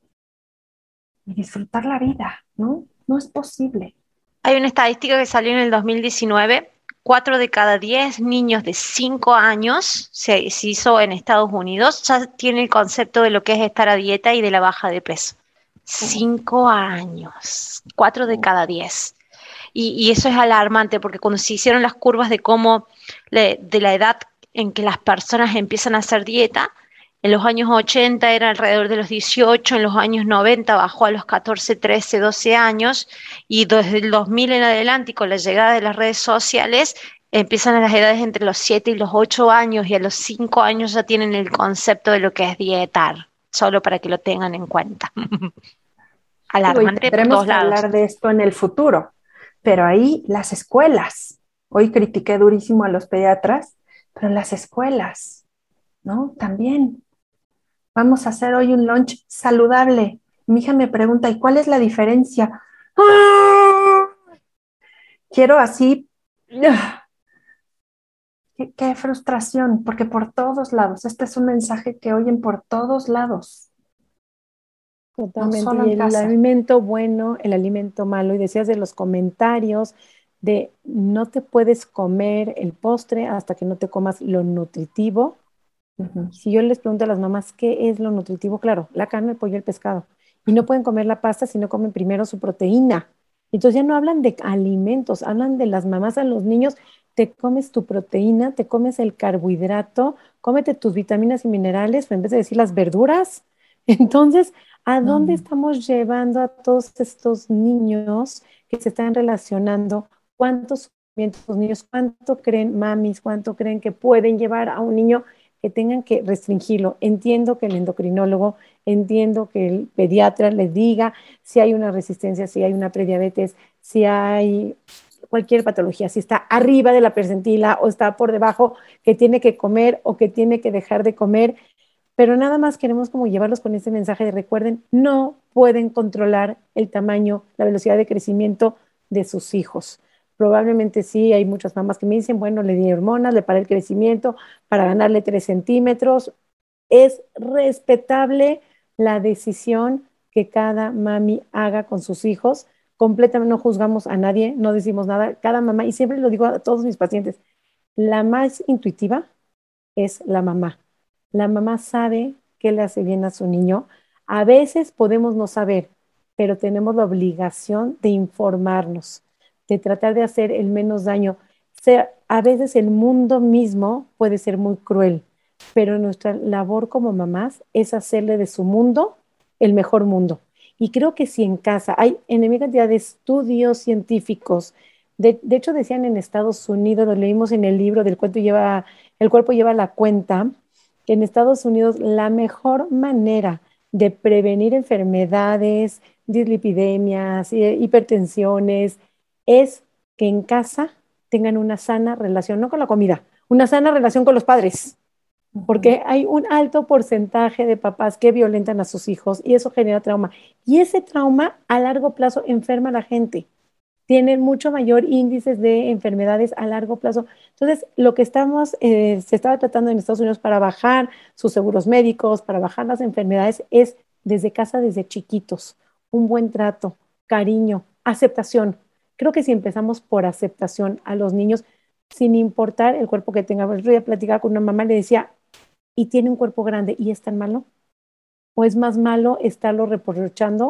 y disfrutar la vida, ¿no? No es posible. Hay una estadística que salió en el dos mil diecinueve, cuatro de cada diez niños de cinco años, se, se hizo en Estados Unidos, ya tiene el concepto de lo que es estar a dieta y de la baja de peso. Cinco años, cuatro de cada diez. Y, y eso es alarmante porque cuando se hicieron las curvas de cómo, le, de la edad en que las personas empiezan a hacer dieta, en los años ochenta era alrededor de los dieciocho, en los años noventa bajó a los catorce, trece, doce años y desde el dos mil en adelante y con la llegada de las redes sociales empiezan a las edades entre los siete y los ocho años y a los cinco años ya tienen el concepto de lo que es dietar, solo para que lo tengan en cuenta. Alarmante por Tendremos todos que lados. hablar de esto en el futuro, pero ahí las escuelas, hoy critiqué durísimo a los pediatras, pero las escuelas, ¿no? También. Vamos a hacer hoy un lunch saludable. Mi hija me pregunta, ¿y cuál es la diferencia? ¡Ah! Quiero así. Qué, qué frustración, porque por todos lados, este es un mensaje que oyen por todos lados. Totalmente. No solo Y en el casa. alimento bueno, el alimento malo. Y decías de los comentarios de no te puedes comer el postre hasta que no te comas lo nutritivo. Uh-huh. Si yo les pregunto a las mamás qué es lo nutritivo, claro, la carne, el pollo, el pescado. Y no pueden comer la pasta si no comen primero su proteína. Entonces ya no hablan de alimentos, hablan de las mamás a los niños. Te comes tu proteína, te comes el carbohidrato, cómete tus vitaminas y minerales, en vez de decir las verduras. Entonces, ¿a No. dónde estamos llevando a todos estos niños que se están relacionando? ¿Cuántos los niños, cuánto creen mamis, cuánto creen que pueden llevar a un niño que tengan que restringirlo? Entiendo que el endocrinólogo, entiendo que el pediatra les diga si hay una resistencia, si hay una prediabetes, si hay cualquier patología, si está arriba de la percentila o está por debajo, que tiene que comer o que tiene que dejar de comer, pero nada más queremos como llevarlos con este mensaje de recuerden, no pueden controlar el tamaño, la velocidad de crecimiento de sus hijos. Probablemente sí, hay muchas mamás que me dicen, bueno, le di hormonas, le paré el crecimiento para ganarle tres centímetros. Es respetable la decisión que cada mami haga con sus hijos. Completamente no juzgamos a nadie, no decimos nada. Cada mamá, y siempre lo digo a todos mis pacientes, la más intuitiva es la mamá. La mamá sabe qué le hace bien a su niño. A veces podemos no saber, pero tenemos la obligación de informarnos, de tratar de hacer el menos daño. O sea, a veces el mundo mismo puede ser muy cruel, pero nuestra labor como mamás es hacerle de su mundo el mejor mundo. Y creo que si en casa hay enorme cantidad de estudios científicos, de, de hecho decían en Estados Unidos, lo leímos en el libro del cuento lleva, el cuerpo lleva la cuenta, que en Estados Unidos la mejor manera de prevenir enfermedades, dislipidemias, hipertensiones, es que en casa tengan una sana relación, no con la comida, una sana relación con los padres, porque hay un alto porcentaje de papás que violentan a sus hijos y eso genera trauma. Y ese trauma a largo plazo enferma a la gente. Tienen mucho mayor índices de enfermedades a largo plazo. Entonces, lo que estamos, eh, se estaba tratando en Estados Unidos para bajar sus seguros médicos, para bajar las enfermedades, es desde casa, desde chiquitos, un buen trato, cariño, aceptación. Creo que si empezamos por aceptación a los niños, sin importar el cuerpo que tenga. El otro día platicaba con una mamá, le decía, ¿y tiene un cuerpo grande y es tan malo? ¿O es más malo estarlo reprochando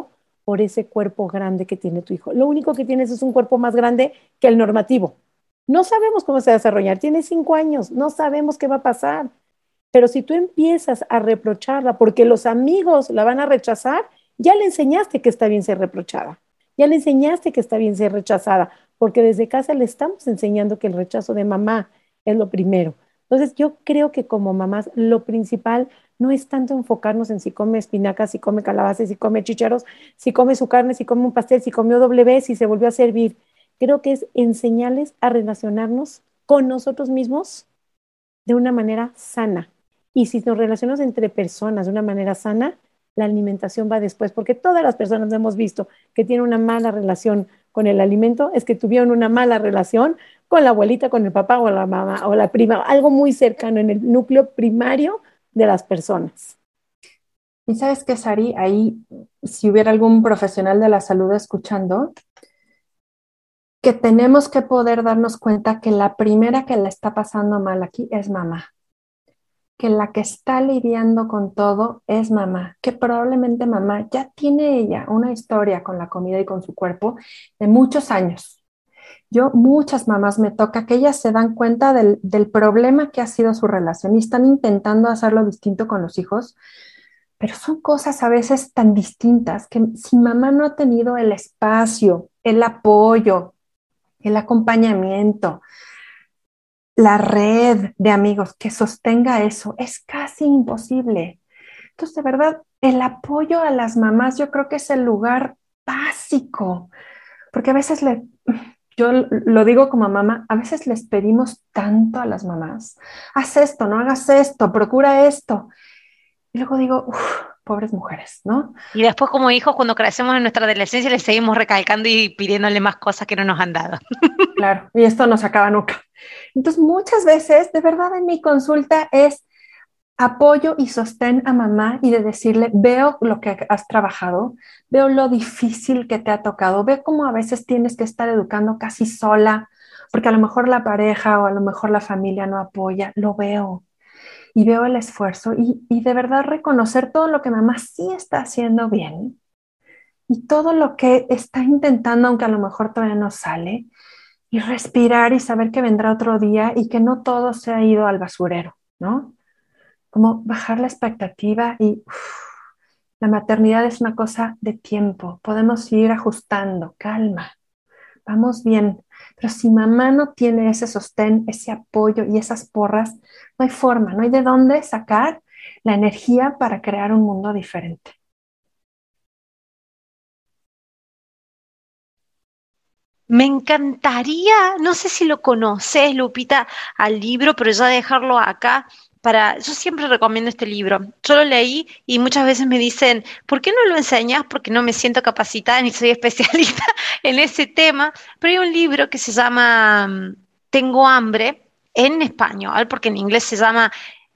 por ese cuerpo grande que tiene tu hijo. Lo único que tienes es un cuerpo más grande que el normativo. No sabemos cómo se va a desarrollar. Tiene cinco años, no sabemos qué va a pasar. Pero si tú empiezas a reprocharla porque los amigos la van a rechazar, ya le enseñaste que está bien ser reprochada. Ya le enseñaste que está bien ser rechazada, porque desde casa le estamos enseñando que el rechazo de mamá es lo primero. Entonces, yo creo que como mamás, lo principal no es tanto enfocarnos en si come espinacas, si come calabazas, si come chícharos, si come su carne, si come un pastel, si comió doble B, si se volvió a servir. Creo que es enseñarles a relacionarnos con nosotros mismos de una manera sana. Y si nos relacionamos entre personas de una manera sana, la alimentación va después, porque todas las personas hemos visto que tienen una mala relación con el alimento, es que tuvieron una mala relación con la abuelita, con el papá o la mamá o la prima, algo muy cercano en el núcleo primario de las personas. Y sabes qué, Sari, ahí si hubiera algún profesional de la salud escuchando, que tenemos que poder darnos cuenta que la primera que la está pasando mal aquí es mamá, que la que está lidiando con todo es mamá, que probablemente mamá ya tiene ella una historia con la comida y con su cuerpo de muchos años. Yo, muchas mamás me toca que ellas se dan cuenta del, del problema que ha sido su relación y están intentando hacerlo distinto con los hijos, pero son cosas a veces tan distintas que si mamá no ha tenido el espacio, el apoyo, el acompañamiento, la red de amigos que sostenga eso, es casi imposible. Entonces, de verdad, el apoyo a las mamás yo creo que es el lugar básico, porque a veces le... Yo lo digo como mamá, a veces les pedimos tanto a las mamás, haz esto, no hagas esto, procura esto. Y luego digo, uff, pobres mujeres, ¿no? Y después como hijos, cuando crecemos en nuestra adolescencia, les seguimos recalcando y pidiéndole más cosas que no nos han dado. Claro, y esto no se acaba nunca. Entonces, muchas veces, de verdad, en mi consulta es apoyo y sostén a mamá y de decirle, veo lo que has trabajado, veo lo difícil que te ha tocado, veo cómo a veces tienes que estar educando casi sola, porque a lo mejor la pareja o a lo mejor la familia no apoya, lo veo y veo el esfuerzo y, y de verdad reconocer todo lo que mamá sí está haciendo bien y todo lo que está intentando, aunque a lo mejor todavía no sale, y respirar y saber que vendrá otro día y que no todo se ha ido al basurero, ¿no? Como bajar la expectativa y uf, la maternidad es una cosa de tiempo, podemos ir ajustando, calma, vamos bien, pero si mamá no tiene ese sostén, ese apoyo y esas porras, no hay forma, no hay de dónde sacar la energía para crear un mundo diferente. Me encantaría, no sé si lo conoces, Lupita, al libro, pero ya dejarlo acá para, yo siempre recomiendo este libro. Yo lo leí y muchas veces me dicen, ¿por qué no lo enseñas? Porque no me siento capacitada ni soy especialista en ese tema. Pero hay un libro que se llama mm, Tengo hambre en español, porque en inglés se llama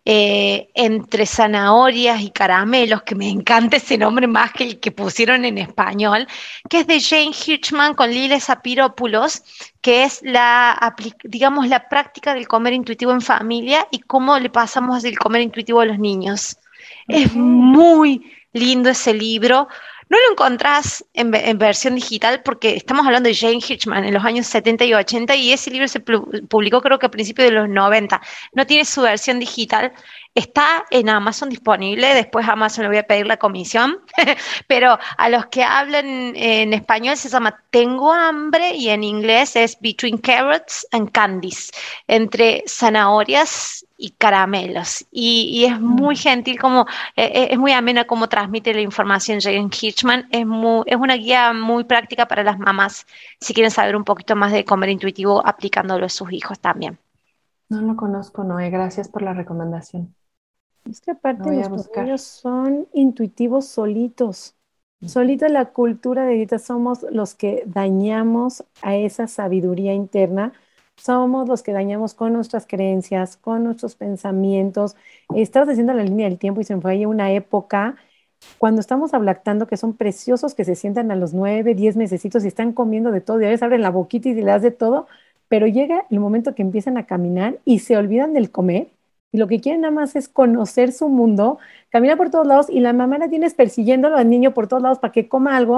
eh, Entre zanahorias y caramelos, que me encanta ese nombre más que el que pusieron en español, que es de Jane Hirschman con Lile Zafiropoulos, que es la, apli- digamos, la práctica del comer intuitivo en familia y cómo le pasamos del comer intuitivo a los niños. Es Ujú. muy lindo ese libro. No lo encontrás en, ve- en versión digital porque estamos hablando de Jane Hirschman en los años setenta y ochenta y ese libro se plu- publicó creo que a principios de los noventa. No tiene su versión digital. Está en Amazon disponible. Después a Amazon le voy a pedir la comisión. Pero a los que hablan en español se llama Tengo hambre y en inglés es Between Carrots and Candies, entre zanahorias y caramelos. Y, y es muy Mm. gentil, como eh, eh, es muy amena cómo transmite la información Jane Hirschman. Es, muy, es una guía muy práctica para las mamás si quieren saber un poquito más de comer intuitivo aplicándolo a sus hijos también. No lo conozco, Noé, gracias por la recomendación. Es que Lo aparte voy a nuestros buscar. niños son intuitivos solitos. Solita la cultura de ahorita somos los que dañamos a esa sabiduría interna, somos los que dañamos con nuestras creencias, con nuestros pensamientos. Estabas haciendo la línea del tiempo y se me fue ahí una época cuando estamos ablactando que son preciosos, que se sientan a los nueve, diez mesecitos y están comiendo de todo y a veces abren la boquita y le das de todo, pero llega el momento que empiezan a caminar y se olvidan del comer y lo que quieren nada más es conocer su mundo, caminar por todos lados y la mamá la tienes persiguiéndolo al niño por todos lados para que coma algo,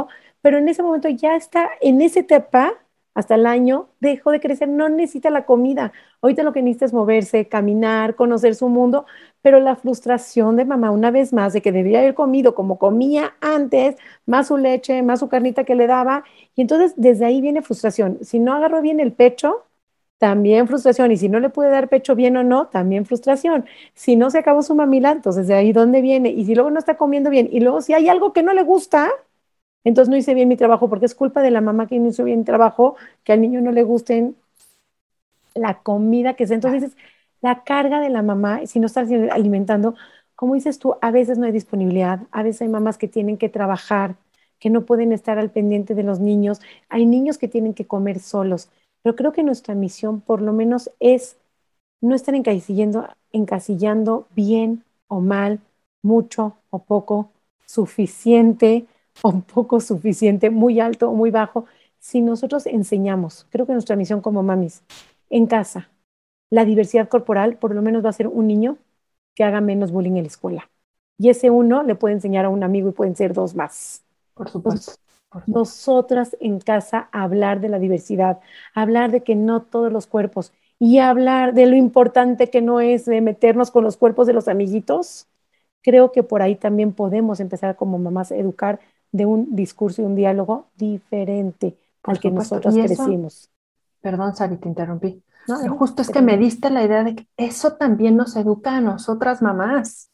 pero en ese momento ya está en esa etapa, hasta el año, dejó de crecer, no necesita la comida. Ahorita lo que necesita es moverse, caminar, conocer su mundo, pero la frustración de mamá, una vez más, de que debía haber comido como comía antes, más su leche, más su carnita que le daba, y entonces desde ahí viene frustración. Si no agarró bien el pecho, también frustración, y si no le puede dar pecho bien o no, también frustración. Si no se acabó su mamila, entonces de ahí dónde viene, y si luego no está comiendo bien, y luego si hay algo que no le gusta, entonces no hice bien mi trabajo, porque es culpa de la mamá que no hizo bien mi trabajo, que al niño no le gusten la comida que sea. Entonces dices, la carga de la mamá, si no estás alimentando, como dices tú, a veces no hay disponibilidad, a veces hay mamás que tienen que trabajar, que no pueden estar al pendiente de los niños, hay niños que tienen que comer solos, pero creo que nuestra misión por lo menos es no estar encasillando, encasillando bien o mal, mucho o poco, suficiente o poco suficiente, muy alto o muy bajo. Si nosotros enseñamos, creo que nuestra misión como mamis, en casa, la diversidad corporal, por lo menos va a ser un niño que haga menos bullying en la escuela. Y ese uno le puede enseñar a un amigo y pueden ser dos más. Por supuesto. Entonces, por supuesto. Nosotras en casa hablar de la diversidad, hablar de que no todos los cuerpos y hablar de lo importante que no es de meternos con los cuerpos de los amiguitos, creo que por ahí también podemos empezar como mamás a educar de un discurso y un diálogo diferente por al que supuesto. nosotros Y eso, crecimos. Perdón, Sari, te interrumpí. No, Pero no, justo es pero que me diste la idea de que eso también nos educa a nosotras mamás.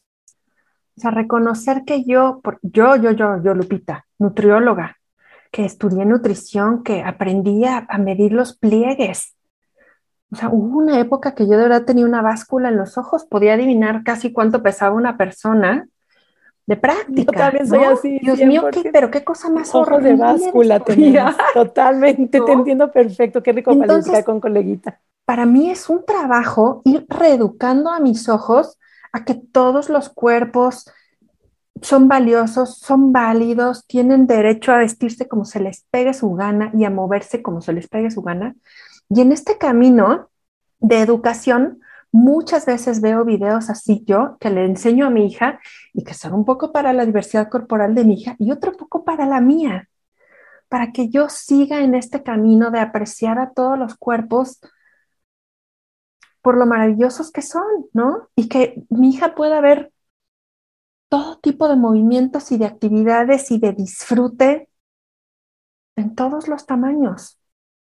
O sea, reconocer que yo, por- yo, yo, yo, yo, Lupita, nutrióloga, que estudié nutrición, que aprendí a, a medir los pliegues. O sea, hubo una época que yo de verdad tenía una báscula en los ojos, podía adivinar casi cuánto pesaba una persona de yo práctica, también soy ¿no? así, Dios cien mío, por qué, ciento. pero qué cosa más Ojos de horrible báscula descubría, tenemos, totalmente, te ¿no? entiendo perfecto, qué rico para platicar Entonces, con coleguita. para mí es un trabajo ir reeducando a mis ojos a que todos los cuerpos son valiosos, son válidos, tienen derecho a vestirse como se les pegue su gana y a moverse como se les pegue su gana. Y en este camino de educación, muchas veces veo videos así yo que le enseño a mi hija y que son un poco para la diversidad corporal de mi hija y otro poco para la mía, para que yo siga en este camino de apreciar a todos los cuerpos por lo maravillosos que son, ¿no? Y que mi hija pueda ver todo tipo de movimientos y de actividades y de disfrute en todos los tamaños.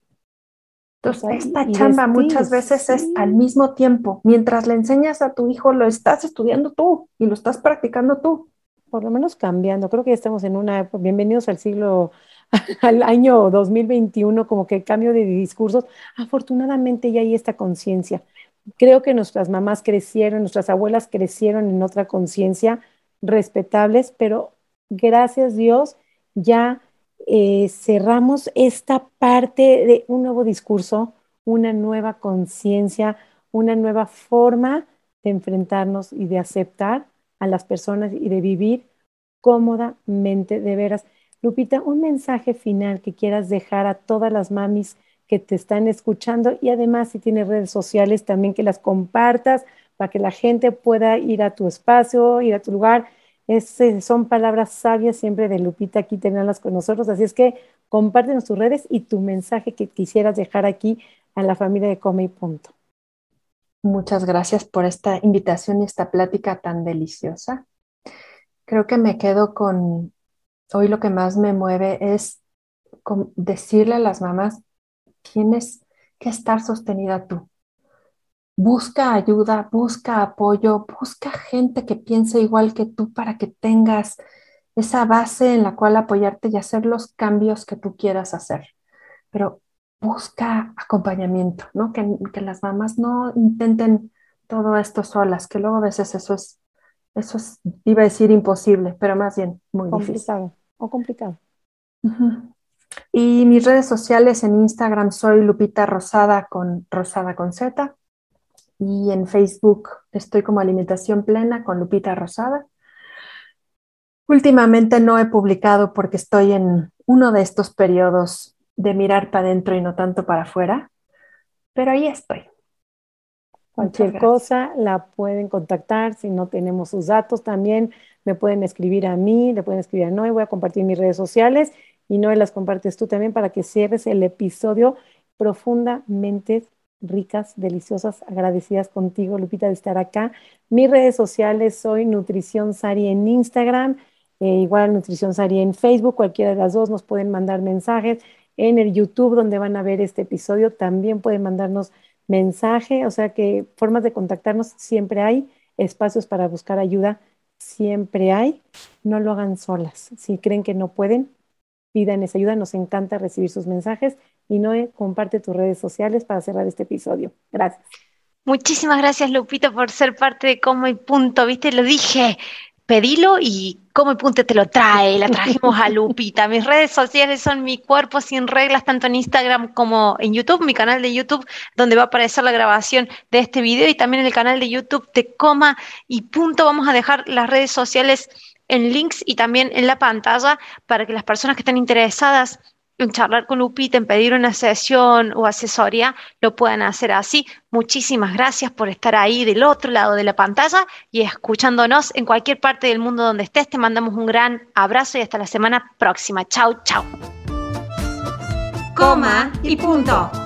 O Entonces, sea, y, esta y chamba vestir, muchas veces es al sí, mismo tiempo. Mientras le enseñas a tu hijo, lo estás estudiando tú y lo estás practicando tú. por lo menos cambiando. Creo que ya estamos en una época, bienvenidos al siglo, al año dos mil veintiuno, como que cambio de discursos. Afortunadamente ya hay esta conciencia. Creo que nuestras mamás crecieron, nuestras abuelas crecieron en otra conciencia, respetables, pero gracias Dios ya eh, cerramos esta parte de un nuevo discurso, una nueva conciencia, una nueva forma de enfrentarnos y de aceptar a las personas y de vivir cómodamente, de veras. Lupita, un mensaje final que quieras dejar a todas las mamis que te están escuchando y además si tienes redes sociales también que las compartas para que la gente pueda ir a tu espacio, ir a tu lugar. Es, eh, son palabras sabias siempre de Lupita aquí tenerlas con nosotros, así es que compártenos tus redes y tu mensaje que quisieras dejar aquí a la familia de Come y Punto. Muchas gracias por esta invitación y esta plática tan deliciosa. Creo que me quedo con, hoy lo que más me mueve es con decirle a las mamás, tienes que estar sostenida tú. Busca ayuda, busca apoyo, busca gente que piense igual que tú para que tengas esa base en la cual apoyarte y hacer los cambios que tú quieras hacer. Pero busca acompañamiento, ¿no? Que, que las mamás no intenten todo esto solas, que luego a veces eso es, eso es, iba a decir imposible, pero más bien muy difícil. Complicado o complicado. Ujú. Y mis redes sociales en Instagram soy Lupita Rosada con Rosada con Z y en Facebook estoy como Alimentación Plena con Lupita Rosada. Últimamente no he publicado porque estoy en uno de estos periodos de mirar para adentro y no tanto para afuera, pero ahí estoy. Muchas Cualquier gracias. cosa la pueden contactar, si no tenemos sus datos también me pueden escribir a mí, le pueden escribir a Noé, voy a compartir mis redes sociales y no las compartes tú también para que cierres el episodio profundamente ricas, deliciosas, agradecidas contigo, Lupita, de estar acá. Mis redes sociales, soy Nutrición Sari en Instagram, eh, igual Nutrición Sari en Facebook, cualquiera de las dos nos pueden mandar mensajes. En el YouTube, donde van a ver este episodio, también pueden mandarnos mensaje, o sea que formas de contactarnos siempre hay, espacios para buscar ayuda siempre hay, no lo hagan solas. Si creen que no pueden, pidan esa ayuda, nos encanta recibir sus mensajes. Y Noé, comparte tus redes sociales para cerrar este episodio. Gracias. Muchísimas gracias, Lupita, por ser parte de Como y Punto. Viste, lo dije, pedilo y Como y Punto te lo trae. La trajimos a Lupita. Mis redes sociales son Mi Cuerpo Sin Reglas, tanto en Instagram como en YouTube, mi canal de YouTube, donde va a aparecer la grabación de este video, y también en el canal de YouTube de Coma y Punto. Vamos a dejar las redes sociales en links y también en la pantalla para que las personas que estén interesadas en charlar con Lupita, en pedir una sesión o asesoría, lo puedan hacer así. Muchísimas gracias por estar ahí del otro lado de la pantalla y escuchándonos en cualquier parte del mundo donde estés. Te mandamos un gran abrazo y hasta la semana próxima. Chau, chau. Coma y Punto.